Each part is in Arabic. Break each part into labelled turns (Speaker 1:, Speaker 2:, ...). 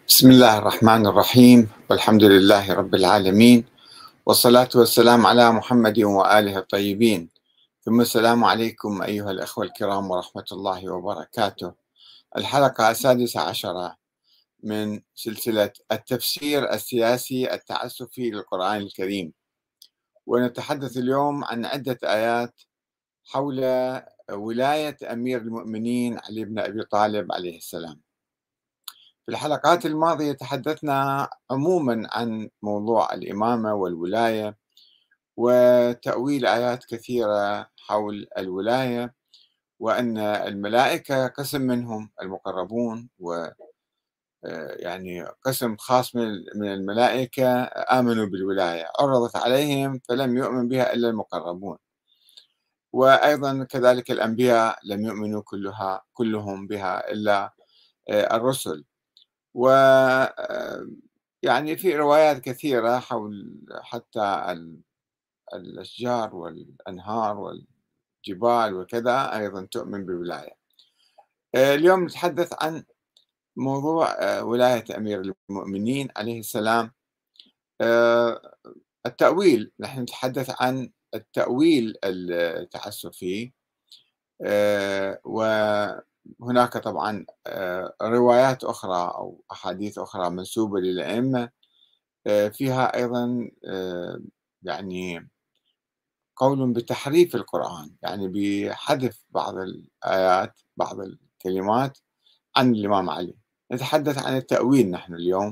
Speaker 1: بسم الله الرحمن الرحيم والحمد لله رب العالمين والصلاة والسلام على محمد وآله الطيبين. ثم السلام عليكم أيها الأخوة الكرام ورحمة الله وبركاته. الحلقة السادسة عشرة من سلسلة التفسير السياسي التعسفي للقرآن الكريم، ونتحدث اليوم عن عدة آيات حول ولاية أمير المؤمنين علي بن أبي طالب عليه السلام. في الحلقات الماضية تحدثنا عموما عن موضوع الإمامة والولاية وتأويل آيات كثيرة حول الولاية، وأن الملائكة قسم منهم المقربون، ويعني قسم خاص من الملائكة آمنوا بالولاية، عرضت عليهم فلم يؤمن بها إلا المقربون، وأيضا كذلك الأنبياء لم يؤمنوا كلهم بها إلا الرسل. و يعني في روايات كثيرة حول حتى الأشجار والأنهار والجبال وكذا أيضا تؤمن بالولاية. اليوم نتحدث عن موضوع ولاية أمير المؤمنين عليه السلام. التأويل، نحن نتحدث عن التأويل التعسفي، وهناك طبعا روايات أخرى أو أحاديث أخرى منسوبة للأئمة فيها أيضا يعني قول بتحريف القرآن، يعني بحذف بعض الآيات بعض الكلمات عن الإمام علي. نتحدث عن التأويل نحن اليوم،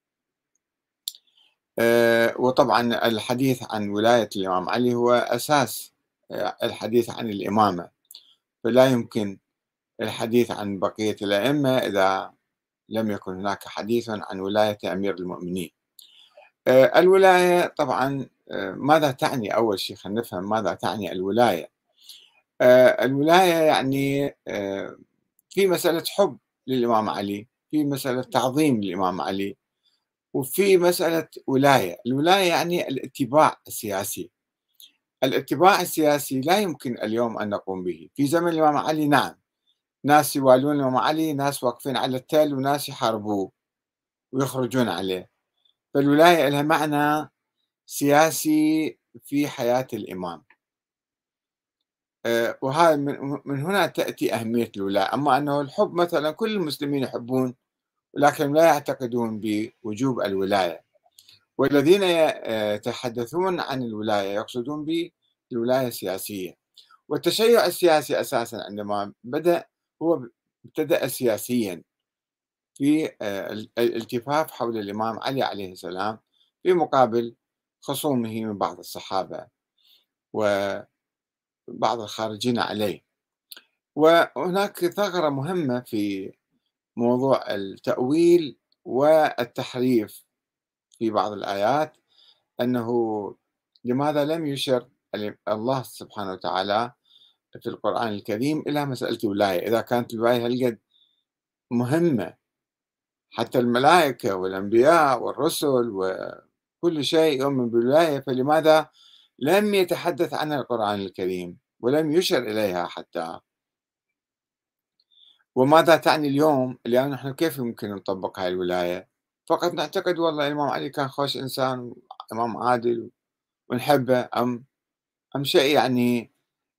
Speaker 1: وطبعا الحديث عن ولاية الإمام علي هو أساس الحديث عن الإمامة، فلا يمكن الحديث عن بقية الأئمة إذا لم يكن هناك حديث عن ولاية أمير المؤمنين. الولاية طبعا ماذا تعني؟ أول شيء خلينا نفهم ماذا تعني الولاية. الولاية يعني في مسألة حب للإمام علي، في مسألة تعظيم للإمام علي، وفي مسألة ولاية. الولاية يعني الاتباع السياسي. الاتباع السياسي لا يمكن اليوم أن نقوم به. في زمن الإمام علي نعم، ناس يوالون الإمام علي، ناس واقفين على التل، وناس يحاربوه ويخرجون عليه. فالولاية لها معنى سياسي في حياة الإمام، وهذا من هنا تأتي أهمية الولاية. أما أنه الحب مثلا كل المسلمين يحبون، ولكن لا يعتقدون بوجوب الولاية، والذين يتحدثون عن الولاية يقصدون بالولاية السياسية. والتشيع السياسي أساسا عندما بدأ هو ابتدأ سياسيا في الالتفاف حول الإمام علي عليه السلام في مقابل خصومه من بعض الصحابة وبعض الخارجين عليه. وهناك ثغرة مهمة في موضوع التأويل والتحريف في بعض الآيات، أنه لماذا لم يشر الله سبحانه وتعالى في القرآن الكريم إلى مسألة الولاية؟ إذا كانت الولاية هالقد مهمة، حتى الملائكة والأنبياء والرسل وكل شيء يؤمن بالولاية، فلماذا لم يتحدث عنها القرآن الكريم ولم يشر إليها حتى؟ وماذا تعني اليوم نحن كيف يمكن نطبق هاي الولاية؟ فقط نعتقد والله الإمام علي كان خوش إنسان وإمام عادل ونحبه، أم شيء يعني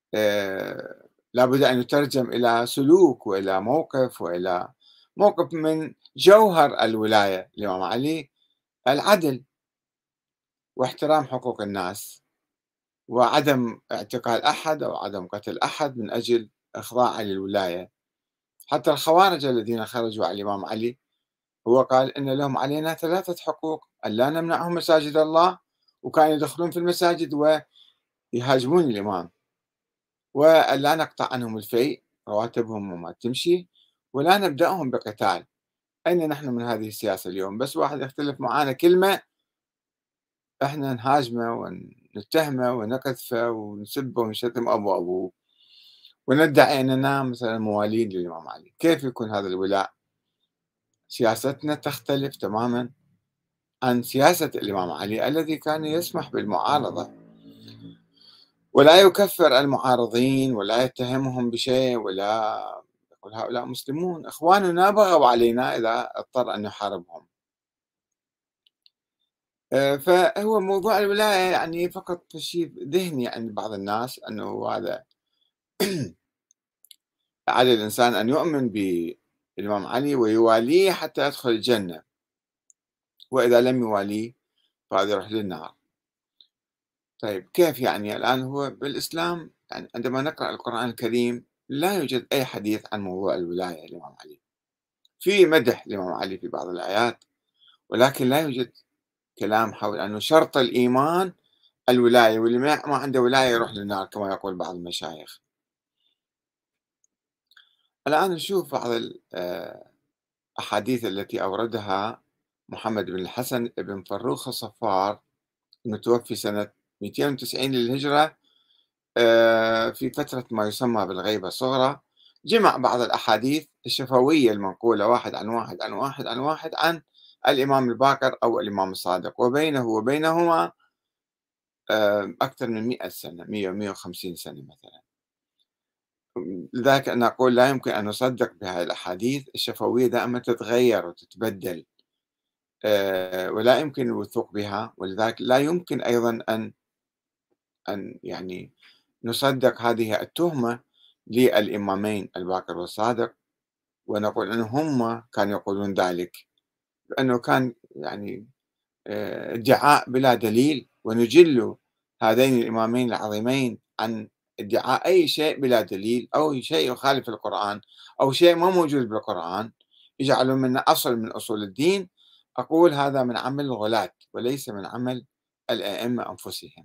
Speaker 1: لابد أن يترجم إلى سلوك وإلى وإلى موقف من جوهر الولاية الإمام علي: العدل واحترام حقوق الناس، وعدم اعتقال أحد أو عدم قتل أحد من أجل إخضاع للولاية. حتى الخوارج الذين خرجوا على الإمام علي هو قال إن لهم علينا ثلاثة حقوق: أن لا نمنعهم مساجد الله، وكانوا يدخلون في المساجد ويهاجمون الإمام، وأن لا نقطع عنهم الفيء رواتبهم وما تمشي، ولا نبدأهم بقتال. أين نحن من هذه السياسة اليوم؟ بس واحد يختلف معنا كلمة احنا نهاجمه ونتهمه ونقذفه ونسبه ونشتم أبوه وندعي أننا مثلا موالين للإمام علي. كيف يكون هذا الولاء؟ سياستنا تختلف تماما عن سياسة الإمام علي الذي كان يسمح بالمعارضة ولا يكفر المعارضين ولا يتهمهم بشيء، ولا يقول هؤلاء مسلمون إخواننا بغوا علينا إذا اضطر أن يحاربهم. فهو موضوع الولاية يعني فقط شيء ذهني عند بعض الناس، أنه هذا على الإنسان أن يؤمن بالإمام علي ويواليه حتى يدخل الجنة، وإذا لم يواليه فهذا يروح للنار. طيب كيف يعني؟ الآن هو بالإسلام يعني عندما نقرأ القرآن الكريم لا يوجد أي حديث عن موضوع الولاية للإمام علي. في مدح الإمام علي في بعض الآيات، ولكن لا يوجد كلام حول أنه شرط الإيمان الولاية، واللي ما عنده ولاية يروح للنار كما يقول بعض المشايخ. الآن نشوف بعض الأحاديث التي أوردها محمد بن الحسن بن فروخ الصفار المتوفي سنة 290 للهجرة، في فترة ما يسمى بالغيبة الصغرى. جمع بعض الأحاديث الشفوية المنقولة واحد عن واحد عن واحد عن واحد عن الإمام الباقر أو الإمام الصادق، وبينه وبينهما أكثر من 100 سنة، 100 150 سنة مثلا. لذلك أنا أقول لا يمكن أن نصدق بهذه الأحاديث الشفوية، دائما تتغير وتتبدل، ولا يمكن الوثوق بها، ولذلك لا يمكن أيضا أن يعني نصدق هذه التهمة للإمامين الباقر والصادق ونقول أن هم كانوا يقولون ذلك، لأنه كان يعني ادعاء بلا دليل، ونجل هذين الإمامين العظيمين عن ادعاء أي شيء بلا دليل أو شيء يخالف القرآن أو شيء ما موجود بالقرآن، يجعلون منه أصل من أصول الدين. أقول هذا من عمل الغلاة وليس من عمل الأئمة أنفسهم.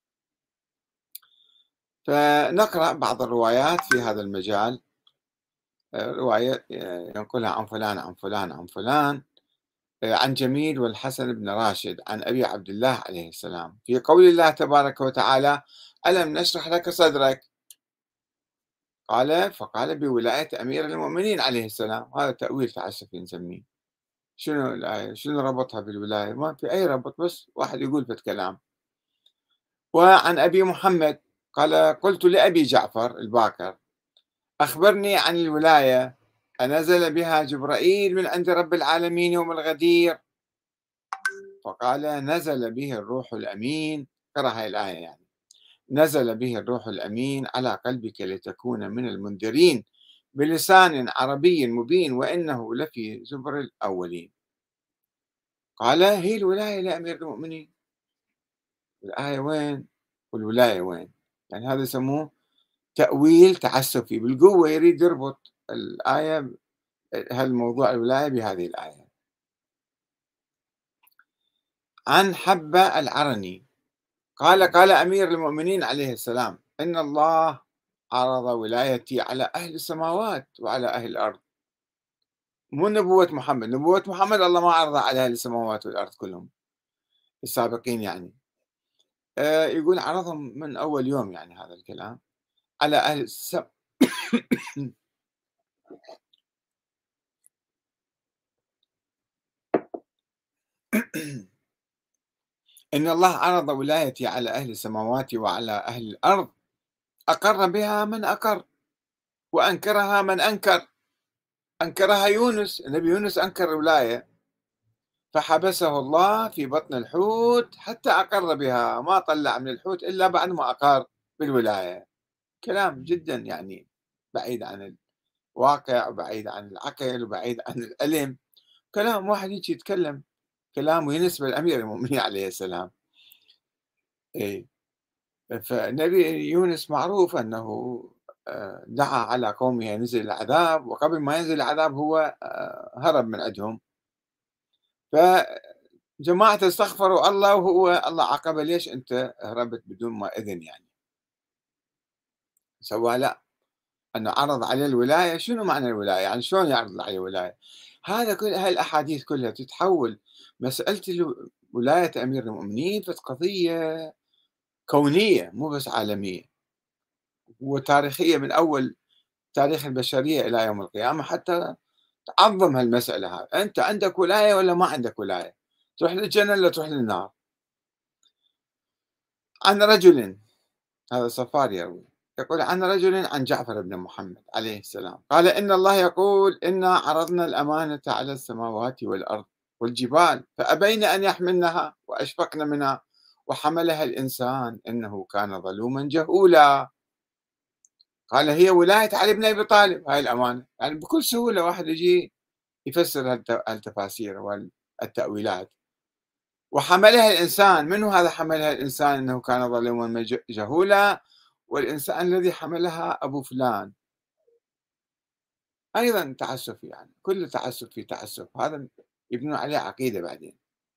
Speaker 1: فنقرأ بعض الروايات في هذا المجال. رواية ينقلها عن فلان عن فلان عن فلان، عن جميل والحسن بن راشد عن أبي عبد الله عليه السلام في قول الله تبارك وتعالى: ألم نشرح لك صدرك؟ فقال بولاية أمير المؤمنين عليه السلام. هذا تأويل تعسفي نسميه. شنو الآية؟ شنو ربطها بالولاية؟ ما في أي ربط، بس واحد يقول في كلام. وعن أبي محمد قال: قلت لأبي جعفر الباكر: أخبرني عن الولاية، أنزل بها جبرائيل من عند رب العالمين يوم الغدير؟ فقال: نزل به الروح الأمين. قرأ هاي الآية يعني: نزل به الروح الأمين على قلبك لتكون من المنذرين بلسان عربي مبين وإنه لفي زبر الأولين. قال: هي الولاية لأمير المؤمنين. الآية وين والولاية وين؟ يعني هذا يسموه تأويل تعسفي، بالقوة يريد يربط الآية، هالموضوع الولاية بهذه الآية. عن حبة العرني قال أمير المؤمنين عليه السلام: إن الله عرض ولايتي على أهل السماوات وعلى أهل الأرض. مو نبوة محمد، نبوة محمد الله ما عرضها على أهل السماوات والأرض كلهم السابقين يعني. يقول عرضهم من أول يوم، يعني هذا الكلام على أهل إن الله عرض ولايتي على أهل السماوات وعلى أهل الأرض، أقر بها من أقر وأنكرها من أنكر. أنكرها يونس، النبي يونس أنكر الولاية فحبسه الله في بطن الحوت حتى أقر بها، ما طلع من الحوت إلا بعد ما أقر بالولاية. كلام جدا يعني بعيد عن الواقع وبعيد عن العقل وبعيد عن العلم. كلام واحد يجي يتكلم كلام وينسب للأمير المؤمنين عليه السلام. إيه. فالنبي يونس معروف أنه دعا على قومه ينزل العذاب، وقبل ما ينزل العذاب هو هرب من عندهم. فجماعة استغفروا الله، وهو الله عاقبه: ليش أنت هربت بدون ما إذن؟ يعني سوى لا، أنه عرض عليه الولاية. شنو معنى الولاية؟ يعني شلون يعرض عليه الولاية؟ هذا كل هاي الأحاديث كلها تتحول مسألة ولاية أمير المؤمنين في قضية كونية مو بس عالمية وتاريخية، من أول تاريخ البشرية إلى يوم القيامة، حتى تعظم هالمسألة. هذه أنت عندك ولاية ولا ما عندك ولاية؟ تروح للجنة ولا تروح للنار؟ عن رجل، هذا صفار يروي، يقول عن رجل عن جعفر بن محمد عليه السلام قال: إن الله يقول: إنا عرضنا الأمانة على السماوات والأرض والجبال فأبين أن يحملنها وأشفقن منها وحملها الإنسان إنه كان ظلوما جهولا. قال هي ولاية علي بن أبي طالب، هاي الأمانة يعني بكل سهولة واحد يجي يفسر التفاسير والتأويلات. وحملها الإنسان، منو هذا حملها الإنسان إنه كان ظلوما جهولا؟ والإنسان الذي حملها أبو فلان. أيضا تعسف، يعني كل تعسف في تعسف، هذا يبنون عليه عقيدة بعدين.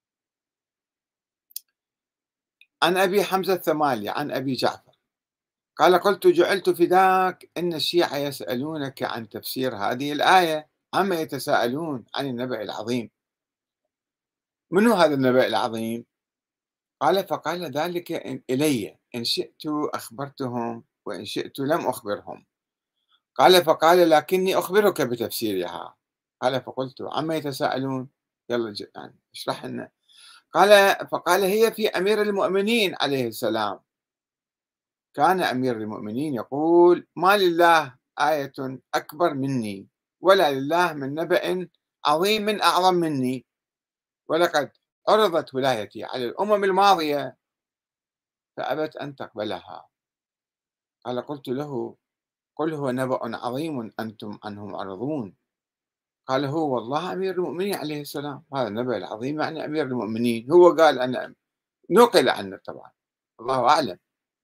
Speaker 1: عن أبي حمزة الثمالي عن أبي جعفر قال قلت جعلت فداك إن الشيعة يسألونك عن تفسير هذه الآية عما يتساءلون عن النبأ العظيم. منو هذا النبأ العظيم؟ قال فقال ذلك إلي إن شئت أخبرتهم وإن شئت لم أخبرهم. قال فقال لكني أخبرك بتفسيرها. قال فقلت عما يتساءلون، يلا يعني اشرح لنا. قال فقال هي في أمير المؤمنين عليه السلام. كان أمير المؤمنين يقول ما لله آية أكبر مني ولا لله من نبأ عظيم أعظم مني، ولقد عرضت ولايتي على الأمم الماضية فأبت أن تقبلها. قال قلت له قل هو نبأ عظيم أنتم عنه معرضون. قال هو والله أمير المؤمنين عليه السلام، هذا النبأ العظيم يعني أمير المؤمنين، هو قال أنا نقل عنه طبعا، الله أعلم.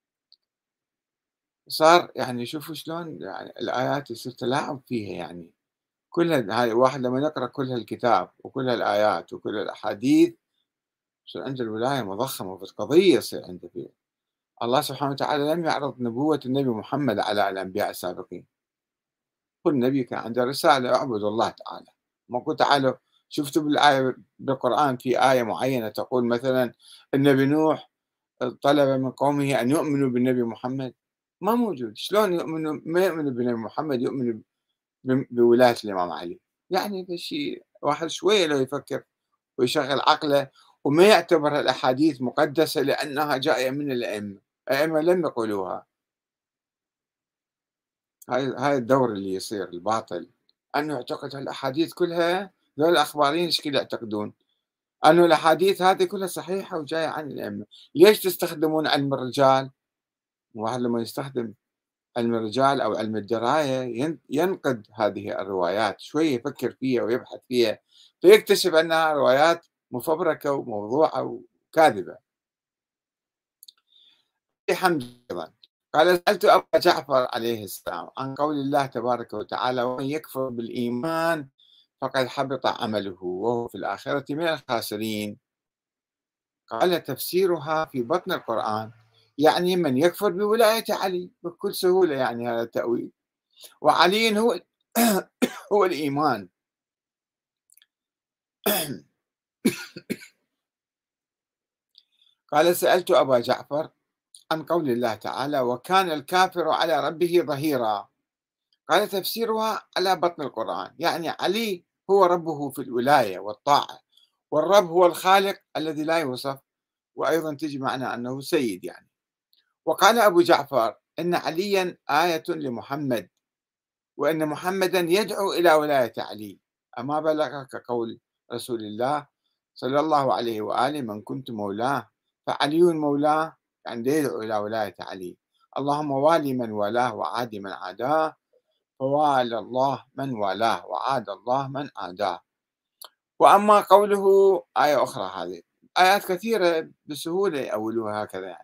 Speaker 1: صار يعني شوفوا شلون يعني الآيات يصير تلاعب فيها، يعني كل هاي واحد لما يقرأ كل هالكتاب وكل هالآيات وكل الأحاديث يصير عنده الولاية مضخمة، وفي قضية يصير عنده فيه. الله سبحانه وتعالى لم يعرض نبوة النبي محمد على الأنبياء السابقين. كل نبي كان عنده رسالة اعبدوا الله تعالى. ما قلت تعالوا شفتوا بالآية بالقرآن في آية معينة تقول مثلا النبي نوح طلب من قومه أن يؤمنوا بالنبي محمد؟ ما موجود. شلون يؤمنوا؟ ما يؤمنوا بالنبي محمد، يؤمنوا بولاية الإمام علي؟ يعني هذا شيء واحد شوية لو يفكر ويشغل عقله وما يعتبر الأحاديث مقدسة لأنها جاية من الأئمة، الأئمة لم يقولوها. هاي الدور اللي يصير الباطل، أنه يعتقد الأحاديث كلها، ذول الأخباريين إيش كده يعتقدون؟ أنه الأحاديث هذه كلها صحيحة وجاية عن الأئمة. ليش تستخدمون علم الرجال؟ واحد لما يستخدم علم الرجال أو علم الدراية ينقد هذه الروايات، شوية يفكر فيها ويبحث فيها فيكتشف أنها روايات مفبركة وموضوعة وكاذبة. حمد قال سألت أبا جعفر عليه السلام عن قول الله تبارك وتعالى ومن يكفر بالإيمان فقد حبط عمله وهو في الآخرة من الخاسرين. قال تفسيرها في بطن القرآن يعني من يكفر بولاية علي بكل سهولة، يعني هذا التأويل، وعلي هو هو الإيمان. قال سألت أبا جعفر عن قول الله تعالى وكان الكافر على ربه ظهيرا. قال تفسيرها على بطن القرآن يعني علي هو ربه في الولاية والطاعة، والرب هو الخالق الذي لا يوصف، وأيضا تجي معنى أنه سيد يعني. وقال أبو جعفر إن عليا آية لمحمد وإن محمدا يدعو إلى ولاية علي. أما بلغك قول رسول الله صلى الله عليه وآله من كنت مولاه فعلي مولاه، يعني يدعو إلى ولاية علي. اللهم والي من والاه وعادي من عاداه، فوالى الله من والاه وعاد الله من عاداه. وأما قوله آية أخرى، هذه آيات كثيرة بسهولة يأولوها هكذا يعني.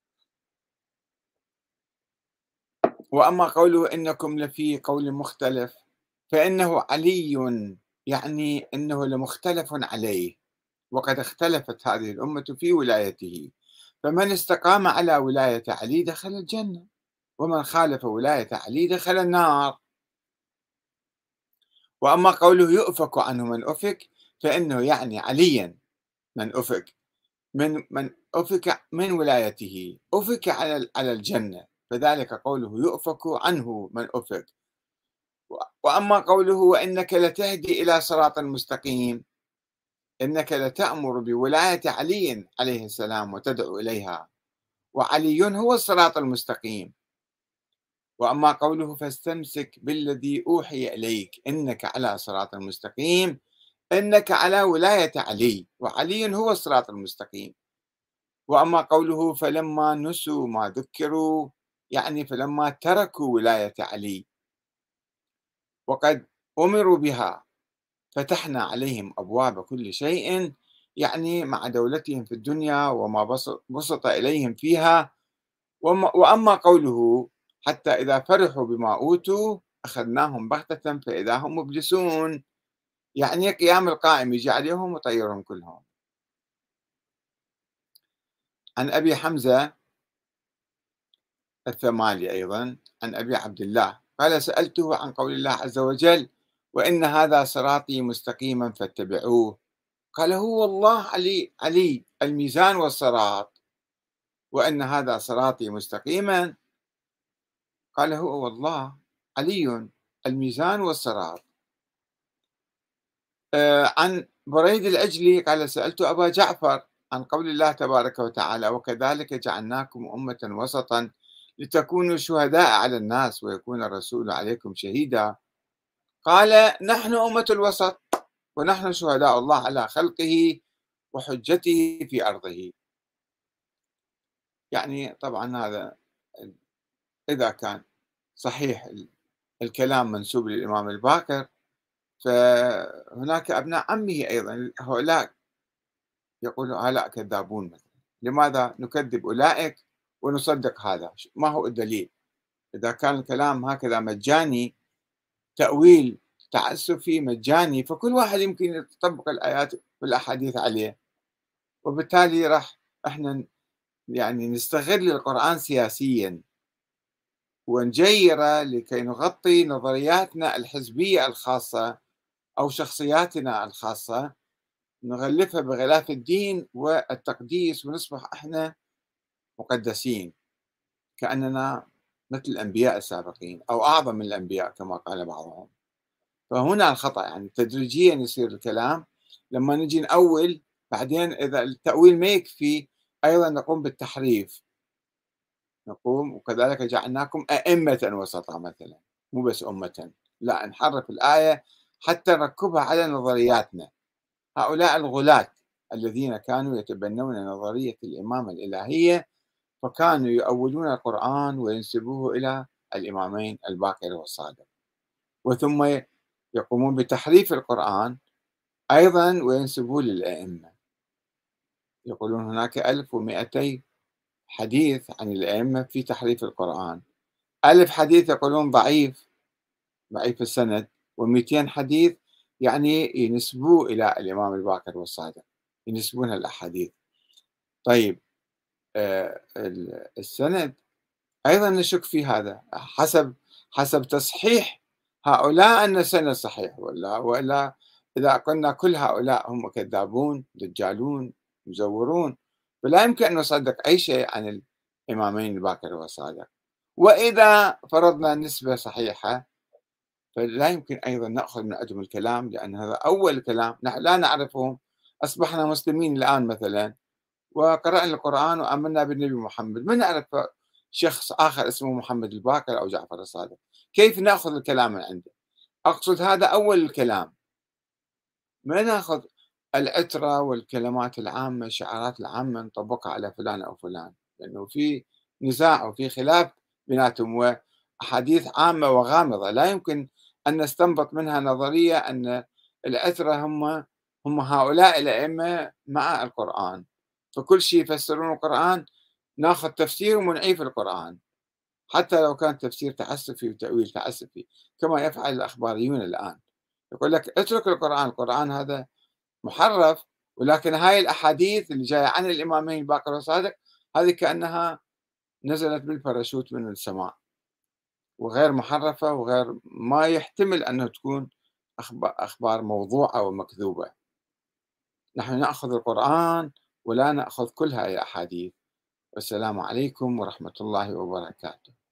Speaker 1: وأما قوله إنكم لفي قول مختلف فإنه علي، يعني إنه لمختلف عليه، وقد اختلفت هذه الأمة في ولايته، فمن استقام على ولاية علي دخل الجنة، ومن خالف ولاية علي دخل النار. وأما قوله يؤفك عنه من أفك فإنه يعني عليا من أفك، من أفك من ولايته أفك على الجنة، فذلك قوله يؤفك عنه من أفك. وأما قوله وإنك لتهدي إلى صراط مستقيم، إنك لتأمر بولاية علي عليه السلام وتدعو إليها، وعلي هو الصراط المستقيم. وأما قوله فاستمسك بالذي أوحي إليك إنك على صراط مستقيم، إنك على ولاية علي وعلي هو الصراط المستقيم. وأما قوله فلما نسوا ما ذكروا، يعني فلما تركوا ولاية علي وقد أمروا بها فتحنا عليهم أبواب كل شيء، يعني مع دولتهم في الدنيا وما بسط إليهم فيها. وأما قوله حتى إذا فرحوا بما أوتوا أخذناهم بغتة فإذا هم مبلسون، يعني قيام القائم يجي عليهم وطيرهم كلهم. عن أبي حمزة الثمالي أيضا عن أبي عبد الله قال سألته عن قول الله عز وجل وإن هذا صراطي مستقيما فاتبعوه، قال هو الله علي الميزان والصراط، وأن هذا صراطي مستقيما قال هو والله علي الميزان والصراط. عن بريد الأجلي قال سألت أبا جعفر عن قول الله تبارك وتعالى وكذلك جعلناكم أمة وسطا لتكونوا شهداء على الناس ويكون الرسول عليكم شهيدا، قال نحن أمة الوسط ونحن شهداء الله على خلقه وحجته في أرضه. يعني طبعا هذا إذا كان صحيح الكلام منسوب للإمام الباقر، فهناك أبناء عمه أيضا هؤلاء يقولوا هؤلاء كذابون مثلا، لماذا نكذب أولئك ونصدق هذا؟ ما هو الدليل؟ إذا كان الكلام هكذا مجاني، تأويل تعسفي مجاني، فكل واحد يمكن يطبق الآيات والأحاديث عليه، وبالتالي راح احنا يعني نستغل القرآن سياسيا ونجيره لكي نغطي نظرياتنا الحزبية الخاصة أو شخصياتنا الخاصة، نغلفها بغلاف الدين والتقديس ونصبح احنا مقدسين كأننا مثل الأنبياء السابقين أو أعظم من الأنبياء كما قال بعضهم. فهنا الخطأ، يعني تدريجيا يصير الكلام لما نجي نأول، بعدين إذا التأويل ما يكفي أيضا نقوم بالتحريف، نقوم وكذلك جعلناكم أئمة وسطا مثلا، مو بس أمة، لا نحرف الآية حتى نركبها على نظرياتنا. هؤلاء الغلاة الذين كانوا يتبنون نظرية الإمامة الإلهية فكانوا يؤولون القرآن وينسبوه إلى الإمامين الباقر والصادق، وثم يقومون بتحريف القرآن أيضا وينسبوه للأئمة. يقولون هناك 1200 حديث عن الأئمة في تحريف القرآن، 1000 حديث يقولون ضعيف السند، و200 حديث يعني ينسبوه إلى الإمام الباقر والصادق، ينسبون الأحاديث. طيب السند أيضا نشك في هذا حسب تصحيح هؤلاء أن السند صحيح ولا إذا قلنا كل هؤلاء هم كذابون دجالون مزورون فلا يمكن أن نصدق أي شيء عن الإمامين الباقر والصادق. وإذا فرضنا نسبة صحيحة فلا يمكن أيضا نأخذ من عندهم الكلام، لأن هذا أول كلام نحن لا نعرفهم، أصبحنا مسلمين الآن مثلا وقرأنا القرآن وآمنا بالنبي محمد، ما نعرف شخص آخر اسمه محمد الباقر أو جعفر الصادق، كيف نأخذ الكلام من عنده؟ أقصد هذا أول الكلام، ما نأخذ العترة والكلمات العامة الشعارات العامة نطبقها على فلان أو فلان، لأنه في نزاع وفي خلاف بيناتهم وأحاديث عامة وغامضة لا يمكن أن نستنبط منها نظرية أن العترة هم هؤلاء الأئمة مع القرآن، فكل شيء يفسرون القرآن ناخذ تفسير ونعيف القرآن حتى لو كان تفسير تعسفي وتأويل تعسفي كما يفعل الأخباريون الآن، يقول لك اترك القرآن هذا محرف، ولكن هاي الأحاديث اللي جاية عن الإمامين الباقر والصادق هذه كأنها نزلت بالباراشوت من السماء وغير محرفة وغير ما يحتمل أنه تكون أخبار موضوعة ومكذوبة. نحن نأخذ القرآن ولا نأخذ كل هاي الأحاديث. والسلام عليكم ورحمة الله وبركاته.